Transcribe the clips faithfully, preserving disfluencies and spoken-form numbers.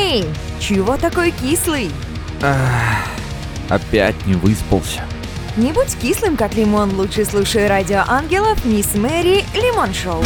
Эй, чего такой кислый? Ах, опять не выспался. Не будь кислым, как лимон, лучше слушай Радио Ангелов, Мисс Мэри, Лимон Шоу.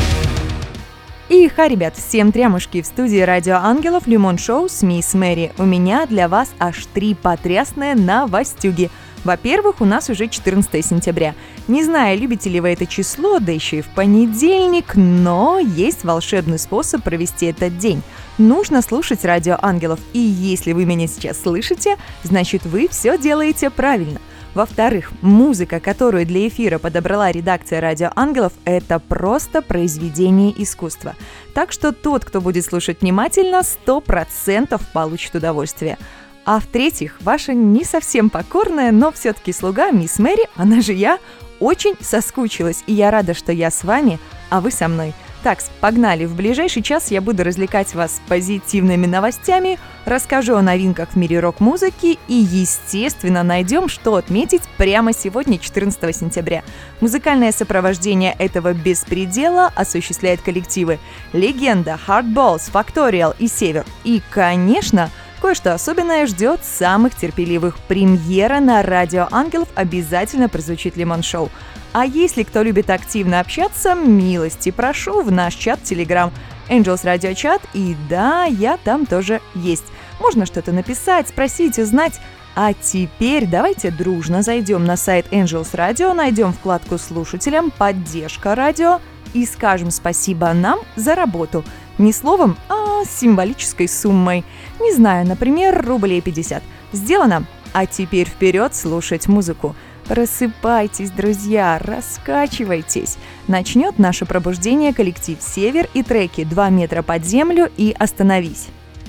И ха, ребят, всем трямушки в студии Радио Ангелов, Лимон Шоу с Мисс Мэри. У меня для вас аж три потрясные новостюги. Во-первых, у нас уже четырнадцатое сентября. Не знаю, любите ли вы это число, да еще и в понедельник, но есть волшебный способ провести этот день. Нужно слушать Радио Ангелов, и если вы меня сейчас слышите, значит вы все делаете правильно. Во-вторых, музыка, которую для эфира подобрала редакция Радио Ангелов, это просто произведение искусства. Так что тот, кто будет слушать внимательно, сто процентов получит удовольствие. А в-третьих, ваша не совсем покорная, но все-таки слуга мисс Мэри, она же я, очень соскучилась, и я рада, что я с вами, а вы со мной. Так, погнали, в ближайший час я буду развлекать вас позитивными новостями, расскажу о новинках в мире рок-музыки и, естественно, найдем, что отметить прямо сегодня, четырнадцатого сентября. Музыкальное сопровождение этого беспредела осуществляет коллективы «Легенда», «Hardballs», «Factorial» и «Север». И, конечно, кое-что особенное ждет самых терпеливых. Премьера на Радио Ангелов обязательно прозвучит Лимон Шоу. А если кто любит активно общаться, милости прошу в наш чат Telegram Angels Radio Chat. И да, я там тоже есть. Можно что-то написать, спросить, узнать. А теперь давайте дружно зайдем на сайт Angels Radio, найдем вкладку «Слушателям», «Поддержка радио» и скажем спасибо нам за работу. Не словом, а символической суммой. Не знаю, например, рублей пятьдесят. Сделано. А теперь вперед слушать музыку. Просыпайтесь, друзья, раскачивайтесь. Начнет наше пробуждение коллектив «Север» и треки «Два метра под землю» и «Остановись».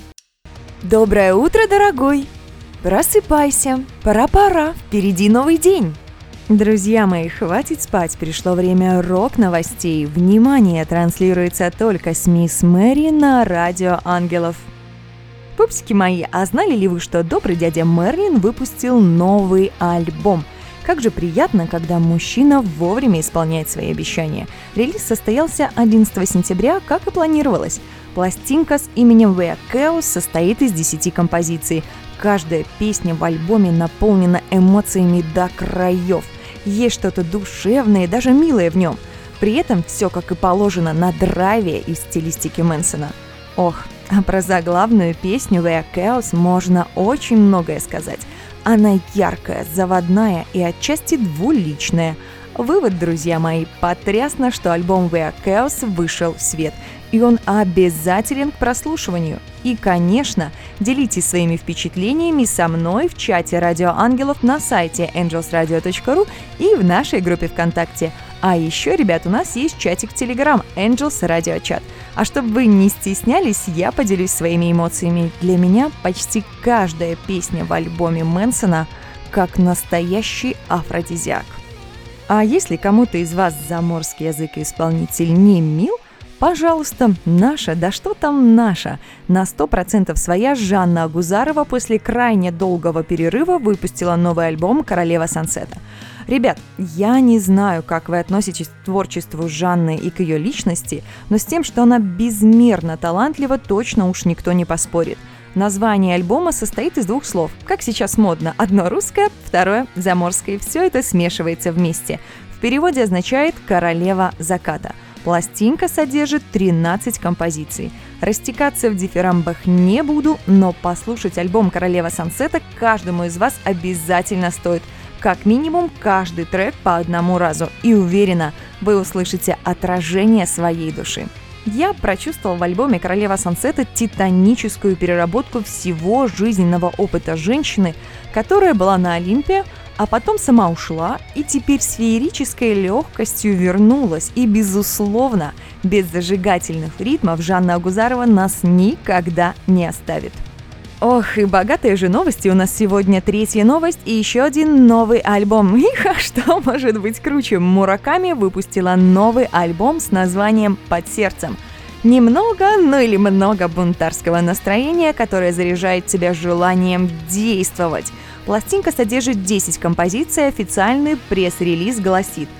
Доброе утро, дорогой! Просыпайся, пора-пора, впереди новый день. Друзья мои, хватит спать, пришло время рок-новостей. Внимание, транслируется только с мисс Мэри на Радио Ангелов. Пупсики мои, а знали ли вы, что добрый дядя Мерлин выпустил новый альбом? Как же приятно, когда мужчина вовремя исполняет свои обещания. Релиз состоялся одиннадцатого сентября, как и планировалось. Пластинка с именем We Are Chaos состоит из десяти композиций. Каждая песня в альбоме наполнена эмоциями до краев. Есть что-то душевное и даже милое в нем. При этом все, как и положено, на драйве и стилистике Мэнсона. Ох, а про заглавную песню We Are Chaos можно очень многое сказать. Она яркая, заводная и отчасти двуличная. Вывод, друзья мои, потрясно, что альбом We Are Chaos вышел в свет, и он обязателен к прослушиванию. И, конечно, делитесь своими впечатлениями со мной в чате Радио Ангелов на сайте angels radio точка ru и в нашей группе ВКонтакте. А еще, ребят, у нас есть чатик Telegram Angels Radio Chat. А чтобы вы не стеснялись, я поделюсь своими эмоциями. Для меня почти каждая песня в альбоме Мэнсона как настоящий афродизиак. А если кому-то из вас заморский язык и исполнитель не мил, пожалуйста, наша, да что там наша, на сто процентов своя Жанна Агузарова после крайне долгого перерыва выпустила новый альбом «Королева Сансета». Ребят, я не знаю, как вы относитесь к творчеству Жанны и к ее личности, но с тем, что она безмерно талантлива, точно уж никто не поспорит. Название альбома состоит из двух слов. Как сейчас модно, одно русское, второе заморское. Все это смешивается вместе. В переводе означает «королева заката». Пластинка содержит тринадцать композиций. Растекаться в дифирамбах не буду, но послушать альбом «Королева Сансета» каждому из вас обязательно стоит. Как минимум каждый трек по одному разу. И уверена, вы услышите отражение своей души. Я прочувствовал в альбоме «Королева Сансета» титаническую переработку всего жизненного опыта женщины, которая была на Олимпе, а потом сама ушла и теперь с феерической легкостью вернулась. И, безусловно, без зажигательных ритмов Жанна Агузарова нас никогда не оставит. Ох, и богатые же новости. У нас сегодня третья новость и еще один новый альбом. Их, а что может быть круче? Мураками выпустила новый альбом с названием «Под сердцем». Немного, ну или много бунтарского настроения, которое заряжает тебя желанием действовать. Пластинка содержит десять композиций, официальный пресс-релиз гласит: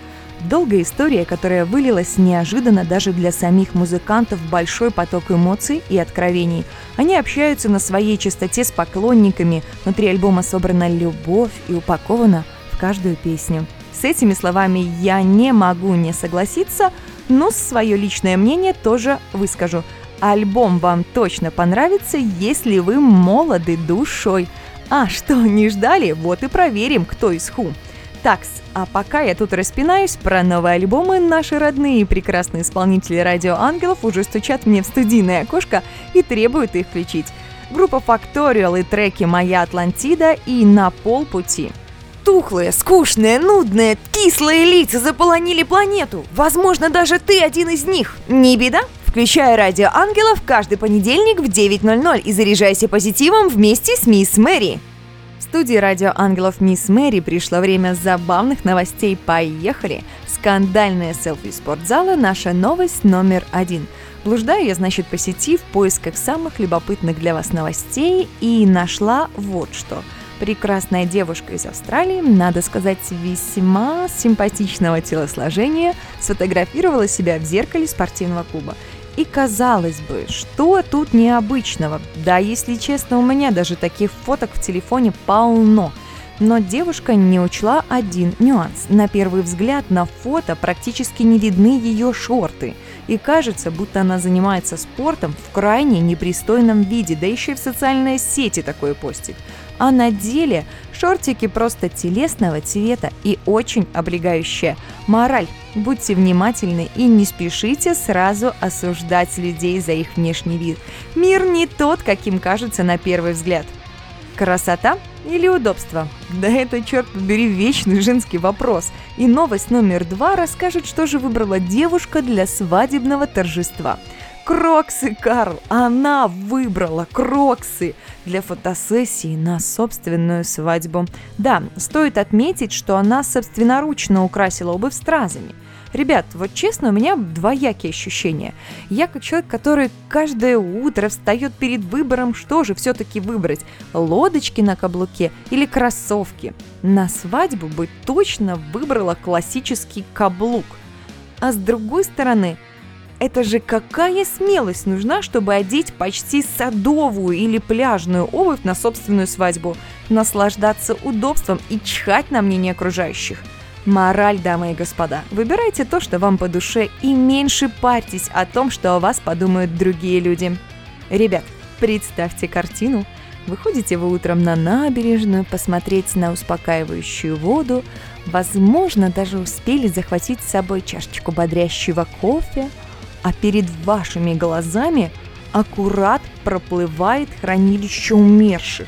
Долгая история, которая вылилась неожиданно даже для самих музыкантов в большой поток эмоций и откровений. Они общаются на своей частоте с поклонниками, внутри альбома собрана любовь и упакована в каждую песню. С этими словами я не могу не согласиться, но свое личное мнение тоже выскажу. Альбом вам точно понравится, если вы молоды душой. А что, не ждали? Вот и проверим, кто из ху. Такс, а пока я тут распинаюсь про новые альбомы, наши родные и прекрасные исполнители Радио Ангелов уже стучат мне в студийное окошко и требуют их включить. Группа Factorial и треки «Моя Атлантида» и «На полпути». Тухлые, скучные, нудные, кислые лица заполонили планету. Возможно, даже ты один из них. Не беда? Включай Радио Ангелов каждый понедельник в девять ноль ноль и заряжайся позитивом вместе с Мисс Мэри. В студии Радио Ангелов Мисс Мэри пришло время забавных новостей. Поехали! Скандальное селфи спортзала – наша новость номер один. Блуждаю я, значит, по сети в поисках самых любопытных для вас новостей и нашла вот что. Прекрасная девушка из Австралии, надо сказать, весьма симпатичного телосложения, сфотографировала себя в зеркале спортивного клуба. И казалось бы, что тут необычного? Да, если честно, у меня даже таких фоток в телефоне полно. Но девушка не учла один нюанс. На первый взгляд на фото практически не видны ее шорты. И кажется, будто она занимается спортом в крайне непристойном виде, да еще и в социальной сети такое постит. А на деле шортики просто телесного цвета и очень облегающие. Мораль: будьте внимательны и не спешите сразу осуждать людей за их внешний вид. Мир не тот, каким кажется на первый взгляд. Красота или удобство? Да это, черт побери, вечный женский вопрос. И новость номер два расскажет, что же выбрала девушка для свадебного торжества. Кроксы, Карл! Она выбрала кроксы для фотосессии на собственную свадьбу. Да, стоит отметить, что она собственноручно украсила обувь стразами. Ребят, вот честно, у меня двоякие ощущения. Я как человек, который каждое утро встает перед выбором, что же все-таки выбрать – лодочки на каблуке или кроссовки. На свадьбу бы точно выбрала классический каблук. А с другой стороны, это же какая смелость нужна, чтобы одеть почти садовую или пляжную обувь на собственную свадьбу, наслаждаться удобством и чхать на мнение окружающих. Мораль, дамы и господа, выбирайте то, что вам по душе, и меньше парьтесь о том, что о вас подумают другие люди. Ребят, представьте картину. Выходите вы утром на набережную, посмотреть на успокаивающую воду, возможно, даже успели захватить с собой чашечку бодрящего кофе, а перед вашими глазами аккурат проплывает хранилище умерших.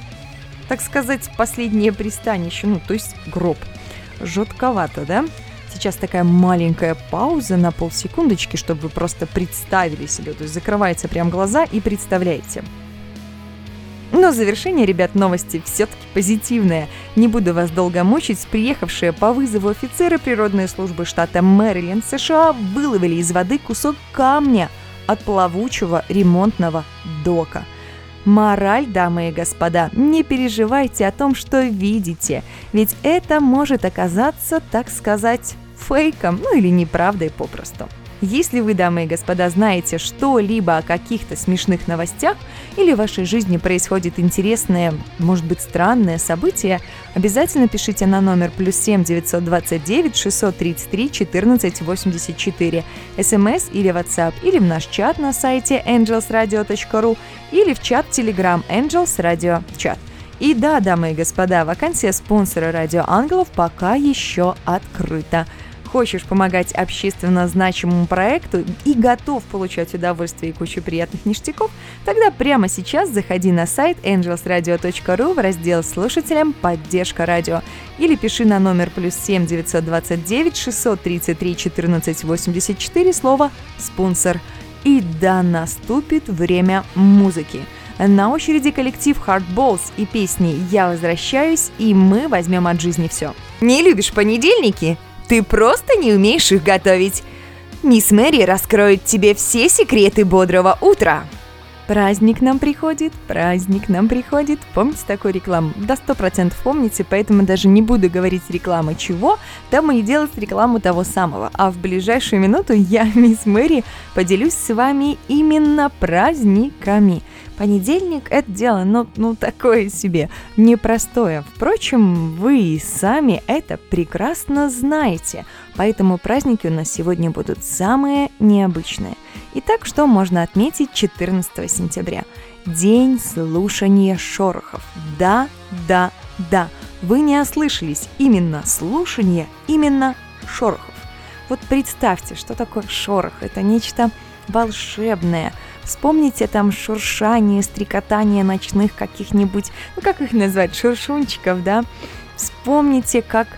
Так сказать, последнее пристанище, ну, то есть гроб. Жутковато, да? Сейчас такая маленькая пауза на полсекундочки, чтобы вы просто представили себе. То есть закрываются прям глаза и представляете. Но в завершение, ребят, новости все-таки позитивные. Не буду вас долго мучить. Приехавшие по вызову офицеры природной службы штата Мэриленд, США, выловили из воды кусок камня от плавучего ремонтного дока. Мораль, дамы и господа, не переживайте о том, что видите, ведь это может оказаться, так сказать, фейком, ну или неправдой попросту. Если вы, дамы и господа, знаете что-либо о каких-то смешных новостях или в вашей жизни происходит интересное, может быть, странное событие, обязательно пишите на номер плюс семь девятьсот двадцать девять шестьсот тридцать три четырнадцать восемьдесят четыре, смс или WhatsApp, или в наш чат на сайте энджелс радио точка ру, или в чат Telegram Angels Radio Chat. И да, дамы и господа, вакансия спонсора Радио Ангелов пока еще открыта. Хочешь помогать общественно значимому проекту и готов получать удовольствие и кучу приятных ништяков? Тогда прямо сейчас заходи на сайт энджелс радио точка ру в раздел «Слушателям. Поддержка радио» или пиши на номер плюс семь девятьсот двадцать девять шестьсот тридцать три четырнадцать восемьдесят четыре слово «Спонсор». И да, наступит время музыки. На очереди коллектив Hardballs и песни «Я возвращаюсь» и «Мы возьмем от жизни все». Не любишь понедельники? Ты просто не умеешь их готовить. Мисс Мэри раскроет тебе все секреты бодрого утра. Праздник нам приходит, праздник нам приходит. Помните такую рекламу? Да, сто процентов помните, поэтому даже не буду говорить рекламы чего, там и делать рекламу того самого. А в ближайшую минуту я, мисс Мэри, поделюсь с вами именно праздниками. Понедельник – это дело, ну, ну, такое себе, непростое. Впрочем, вы и сами это прекрасно знаете, поэтому праздники у нас сегодня будут самые необычные. Итак, что можно отметить четырнадцатого сентября? День слушания шорохов. Да, да, да, вы не ослышались, именно слушание, именно шорохов. Вот представьте, что такое шорох, это нечто волшебное. Вспомните там шуршание, стрекотание ночных каких-нибудь, ну как их назвать, шуршунчиков, да? Вспомните, как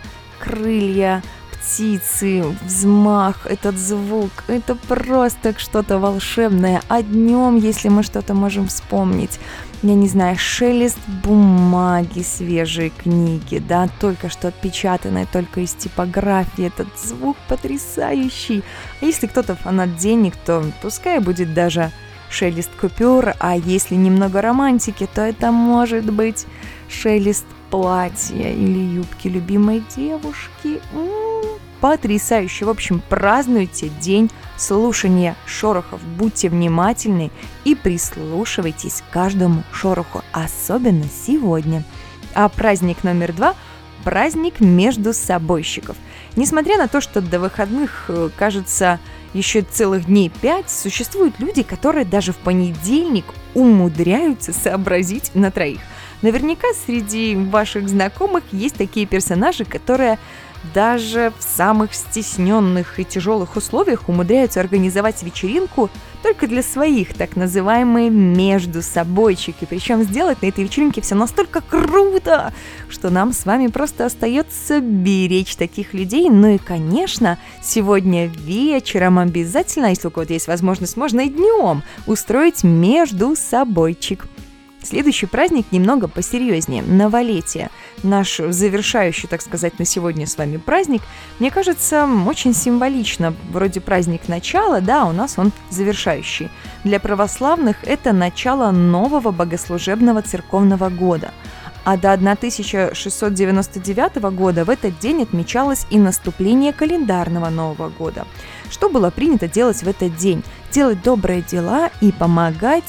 крылья птицы, взмах, этот звук, это просто что-то волшебное. А днем, если мы что-то можем вспомнить, я не знаю, шелест бумаги, свежие книги, да, только что отпечатанные, только из типографии, этот звук потрясающий. А если кто-то фанат денег, то пускай будет даже шелест купюр, а если немного романтики, то это может быть шелест платья или юбки любимой девушки. М-м-м, потрясающе. В общем, празднуйте день слушания шорохов. Будьте внимательны и прислушивайтесь к каждому шороху, особенно сегодня. А праздник номер два – праздник междусобойщиков. Несмотря на то, что до выходных, кажется, еще целых дней пять, существуют люди, которые даже в понедельник умудряются сообразить на троих. Наверняка среди ваших знакомых есть такие персонажи, которые даже в самых стесненных и тяжелых условиях умудряются организовать вечеринку только для своих, так называемые междусобойчики. Причем сделать на этой вечеринке все настолько круто, что нам с вами просто остается беречь таких людей. Ну и, конечно, сегодня вечером обязательно, если у кого-то есть возможность, можно и днем устроить междусобойчик. Следующий праздник немного посерьезнее – новолетие. Наш завершающий, так сказать, на сегодня с вами праздник, мне кажется, очень символично. Вроде праздник начала, да, у нас он завершающий. Для православных это начало нового богослужебного церковного года. А до тысяча шестьсот девяносто девятого года в этот день отмечалось и наступление календарного Нового года. Что было принято делать в этот день? Делать добрые дела и помогать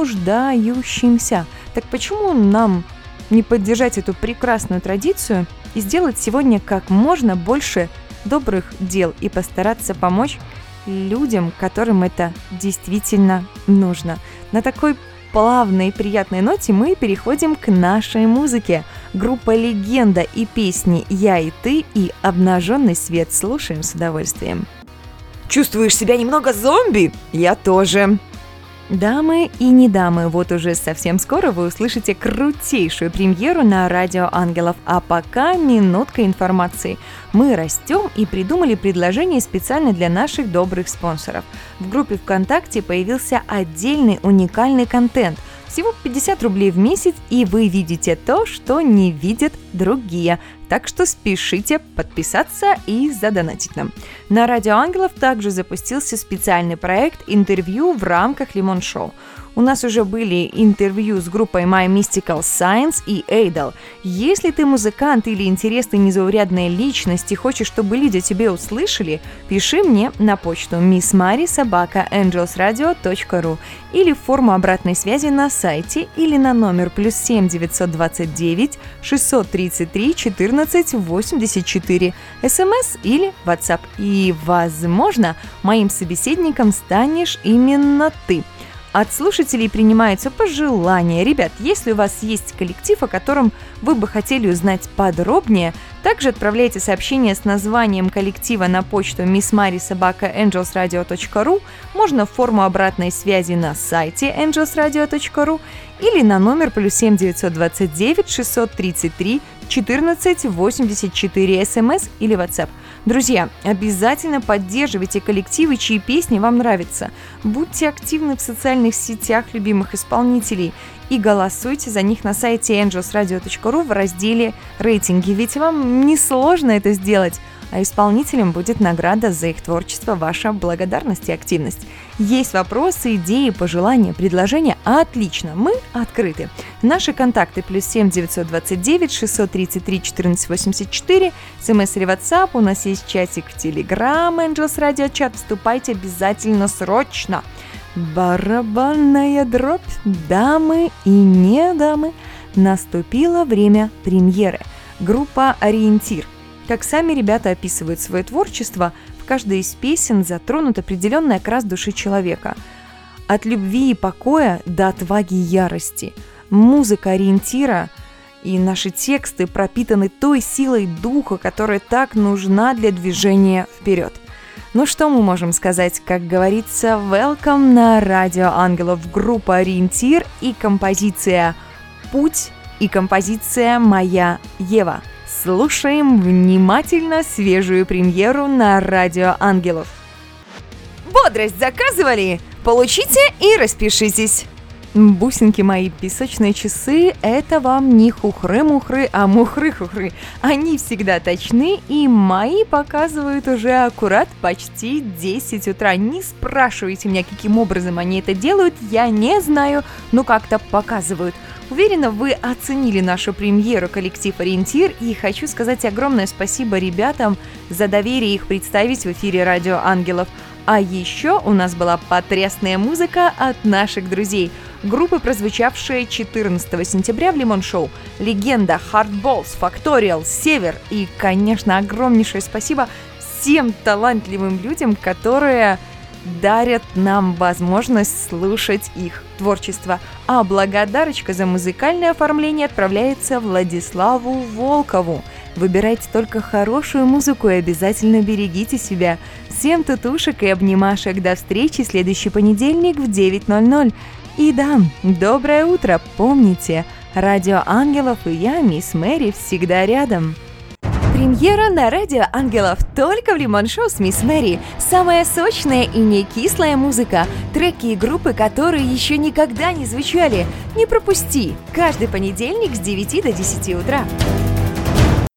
нуждающимся. Так почему нам не поддержать эту прекрасную традицию и сделать сегодня как можно больше добрых дел и постараться помочь людям, которым это действительно нужно? На такой плавной и приятной ноте мы переходим к нашей музыке. Группа «Легенда» и песни «Я и ты» и «Обнаженный свет» слушаем с удовольствием. Чувствуешь себя немного зомби? Я тоже. Дамы и не дамы, вот уже совсем скоро вы услышите крутейшую премьеру на Радио Ангелов. А пока минутка информации. Мы растем и придумали предложение специально для наших добрых спонсоров. В группе ВКонтакте появился отдельный уникальный контент. Всего пятьдесят рублей в месяц, и вы видите то, что не видят другие. Так что спешите подписаться и задонатить нам. На Радио Ангелов также запустился специальный проект интервью в рамках Лимон Шоу. У нас уже были интервью с группой My Mystical Science и Эйдол. Если ты музыкант или интересная незаурядная личность и хочешь, чтобы люди о тебе услышали, пиши мне на почту мисс мари собака энджелс радио точка ру или в форму обратной связи на сайте или на номер плюс семь девятьсот двадцать девять шестьсот тридцать три четырнадцать восемьдесят четыре, смс или WhatsApp. И, возможно, моим собеседником станешь именно ты. От слушателей принимаются пожелания. Ребят, если у вас есть коллектив, о котором вы бы хотели узнать подробнее, также отправляйте сообщение с названием коллектива на почту мисс мари собака энджелс радио точка ру, можно в форму обратной связи на сайте энджелс радио точка ру или на номер плюс семь девятьсот двадцать девять шестьсот тридцать три четырнадцать восемьдесят четыре, смс или WhatsApp. Друзья, обязательно поддерживайте коллективы, чьи песни вам нравятся. Будьте активны в социальных сетях любимых исполнителей и голосуйте за них на сайте энджелс радио точка ру в разделе «Рейтинги». Ведь вам не сложно это сделать. а исполнителям будет награда за их творчество, ваша благодарность и активность. Есть вопросы, идеи, пожелания, предложения? Отлично, мы открыты. Наши контакты плюс семь девятьсот двадцать девять шестьсот тридцать три четырнадцать восемьдесят четыре, смс или WhatsApp, у нас есть чатик в Telegram, Angels Radio Chat, вступайте обязательно срочно. Барабанная дробь, дамы и не дамы, наступило время премьеры. Группа «Ориентир». Как сами ребята описывают свое творчество, в каждой из песен затронут определенный окрас души человека. От любви и покоя до отваги и ярости. Музыка «Ориентира» и наши тексты пропитаны той силой духа, которая так нужна для движения вперед. Ну что мы можем сказать, как говорится, welcome на Радио Ангелов, группа «Ориентир» и композиция «Путь» и композиция «Моя Ева». Слушаем внимательно свежую премьеру на Радио Ангелов. Бодрость заказывали? Получите и распишитесь. Бусинки мои, песочные часы – это вам не хухры-мухры, а мухры-хухры. Они всегда точны, и мои показывают уже аккурат почти десять утра. Не спрашивайте меня, каким образом они это делают, я не знаю, но как-то показывают. Уверена, вы оценили нашу премьеру «Коллектив Ориентир», и хочу сказать огромное спасибо ребятам за доверие их представить в эфире Радио Ангелов. А еще у нас была потрясная музыка от наших друзей. Группы, прозвучавшие четырнадцатого сентября в Лимон Шоу. Легенда, Hardballs, Factorial, Север и, конечно, огромнейшее спасибо всем талантливым людям, которые дарят нам возможность слушать их творчество. А благодарочка за музыкальное оформление отправляется Владиславу Волкову. Выбирайте только хорошую музыку и обязательно берегите себя. Всем тутушек и обнимашек. До встречи в следующий понедельник в девять ноль ноль. И да, доброе утро. Помните, Радио Ангелов и я, мисс Мэри, всегда рядом. Премьера на Радио Ангелов только в Лимон Шоу с мисс Мэри. Самая сочная и не кислая музыка. Треки и группы, которые еще никогда не звучали. Не пропусти. Каждый понедельник с девяти до десяти утра.